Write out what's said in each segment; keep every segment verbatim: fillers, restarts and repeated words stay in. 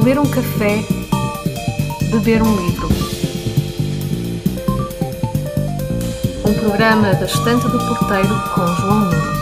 Ler um café, beber um livro. Um programa da Estante do Porteiro com João Nuno.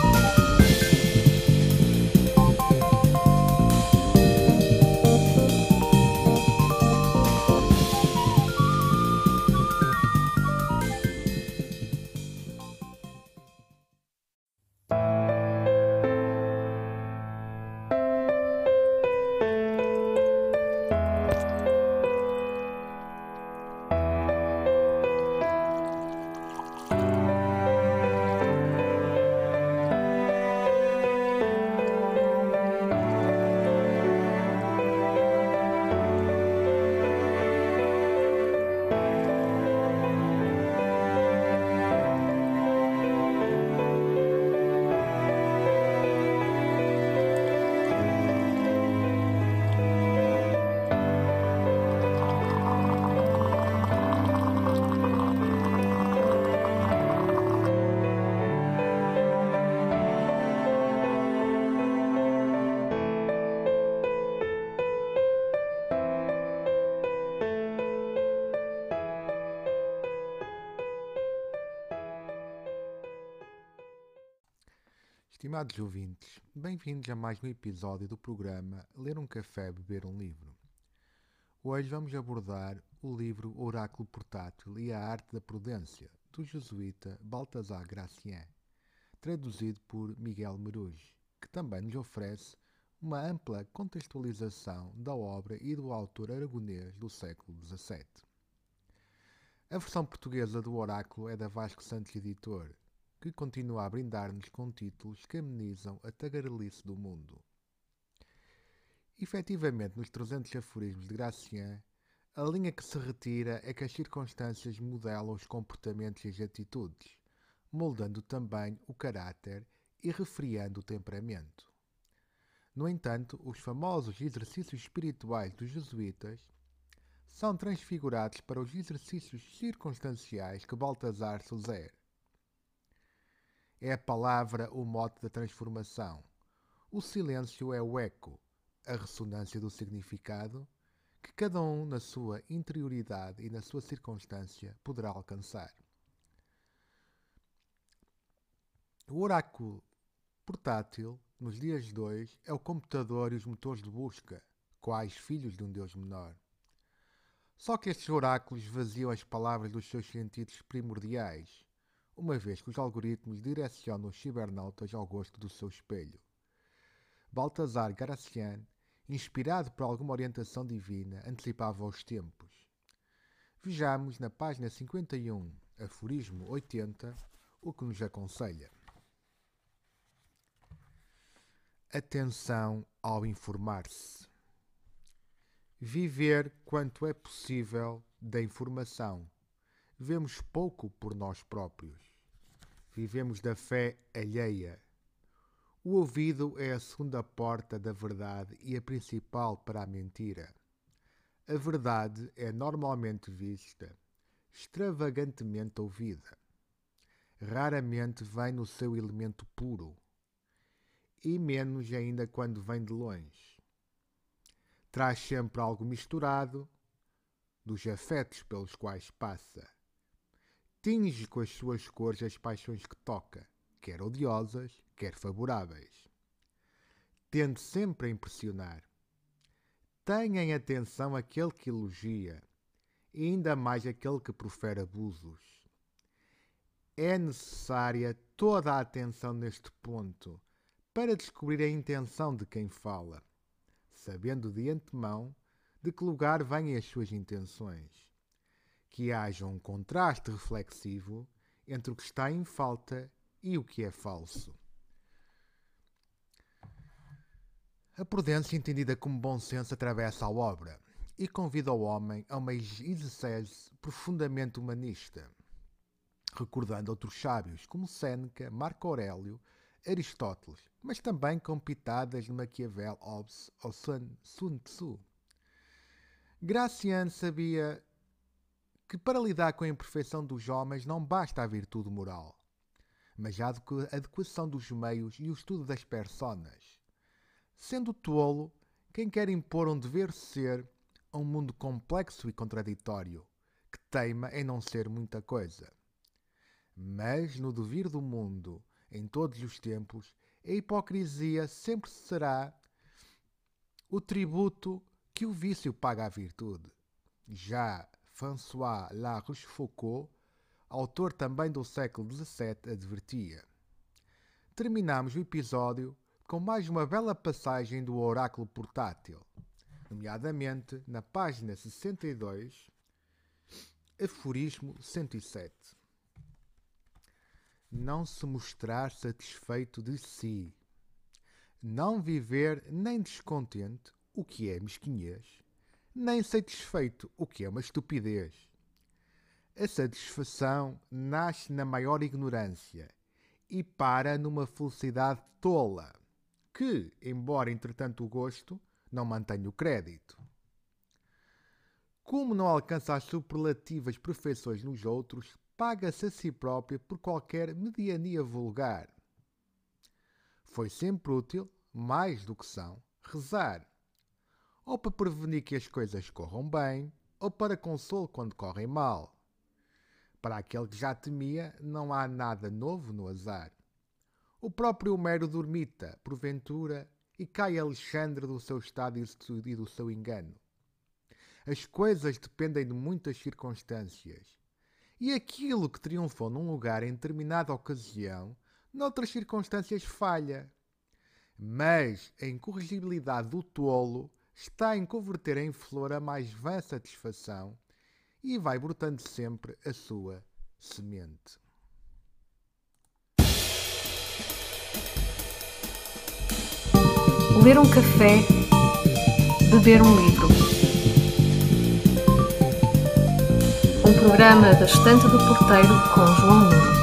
Estimados ouvintes, bem-vindos a mais um episódio do programa Ler um Café, Beber um Livro. Hoje vamos abordar o livro Oráculo Portátil e a Arte da Prudência, do jesuíta Baltasar Gracián, traduzido por Miguel Meruge, que também nos oferece uma ampla contextualização da obra e do autor aragonês do século dezassete. A versão portuguesa do Oráculo é da Vasco Santos Editor, que continua a brindar-nos com títulos que amenizam a tagarelice do mundo. Efetivamente, nos trezentos aforismos de Gracián, a linha que se retira é que as circunstâncias modelam os comportamentos e as atitudes, moldando também o caráter e refriando o temperamento. No entanto, os famosos exercícios espirituais dos jesuítas são transfigurados para os exercícios circunstanciais que Baltasar sugere. É a palavra o mote da transformação. O silêncio é o eco, a ressonância do significado que cada um, na sua interioridade e na sua circunstância, poderá alcançar. O oráculo portátil, nos dias de hoje, é o computador e os motores de busca, quais filhos de um Deus menor. Só que estes oráculos vaziam as palavras dos seus sentidos primordiais, uma vez que os algoritmos direcionam os cibernautas ao gosto do seu espelho. Baltasar Gracián, inspirado por alguma orientação divina, antecipava os tempos. Vejamos na página cinquenta e um, aforismo oitenta, o que nos aconselha. Atenção ao informar-se. Viver quanto é possível da informação. Vemos pouco por nós próprios. Vivemos da fé alheia. O ouvido é a segunda porta da verdade e a principal para a mentira. A verdade é normalmente vista, extravagantemente ouvida. Raramente vem no seu elemento puro, e menos ainda quando vem de longe. Traz sempre algo misturado dos afetos pelos quais passa. Tinge com as suas cores as paixões que toca, quer odiosas, quer favoráveis. Tende sempre a impressionar. Tenha em atenção aquele que elogia, e ainda mais aquele que profere abusos. É necessária toda a atenção neste ponto, para descobrir a intenção de quem fala, sabendo de antemão de que lugar vêm as suas intenções. Que haja um contraste reflexivo entre o que está em falta e o que é falso. A prudência, entendida como bom senso, atravessa a obra e convida o homem a uma exegese profundamente humanista, recordando outros sábios como Sêneca, Marco Aurélio, Aristóteles, mas também com pitadas de Maquiavel, Hobbes ou Sun Tzu. Gracián sabia que para lidar com a imperfeição dos homens não basta a virtude moral, mas a adequação dos meios e o estudo das personas. Sendo tolo quem quer impor um dever ser a um mundo complexo e contraditório, que teima em não ser muita coisa. Mas no devir do mundo, em todos os tempos, a hipocrisia sempre será o tributo que o vício paga à virtude. Já François La Rochefoucauld, autor também do século dezassete, advertia. Terminamos o episódio com mais uma bela passagem do Oráculo Portátil, nomeadamente na página sessenta e dois, aforismo cento e sete. Não se mostrar satisfeito de si. Não viver nem descontente, o que é mesquinhez, nem satisfeito, o que é uma estupidez. A satisfação nasce na maior ignorância e para numa felicidade tola, que, embora entretanto o gosto, não mantenha o crédito. Como não alcança as superlativas perfeições nos outros, paga-se a si própria por qualquer mediania vulgar. Foi sempre útil, mais do que são, rezar, ou para prevenir que as coisas corram bem, ou para consolo quando correm mal. Para aquele que já temia, não há nada novo no azar. O próprio Homero dormita, porventura, e cai Alexandre do seu estado e do seu engano. As coisas dependem de muitas circunstâncias, e aquilo que triunfou num lugar em determinada ocasião, noutras circunstâncias falha. Mas a incorrigibilidade do tolo está em converter em flor a mais vã satisfação e vai brotando sempre a sua semente. Ler um café, beber um livro. Um programa da Estante do Porteiro com João Nuno.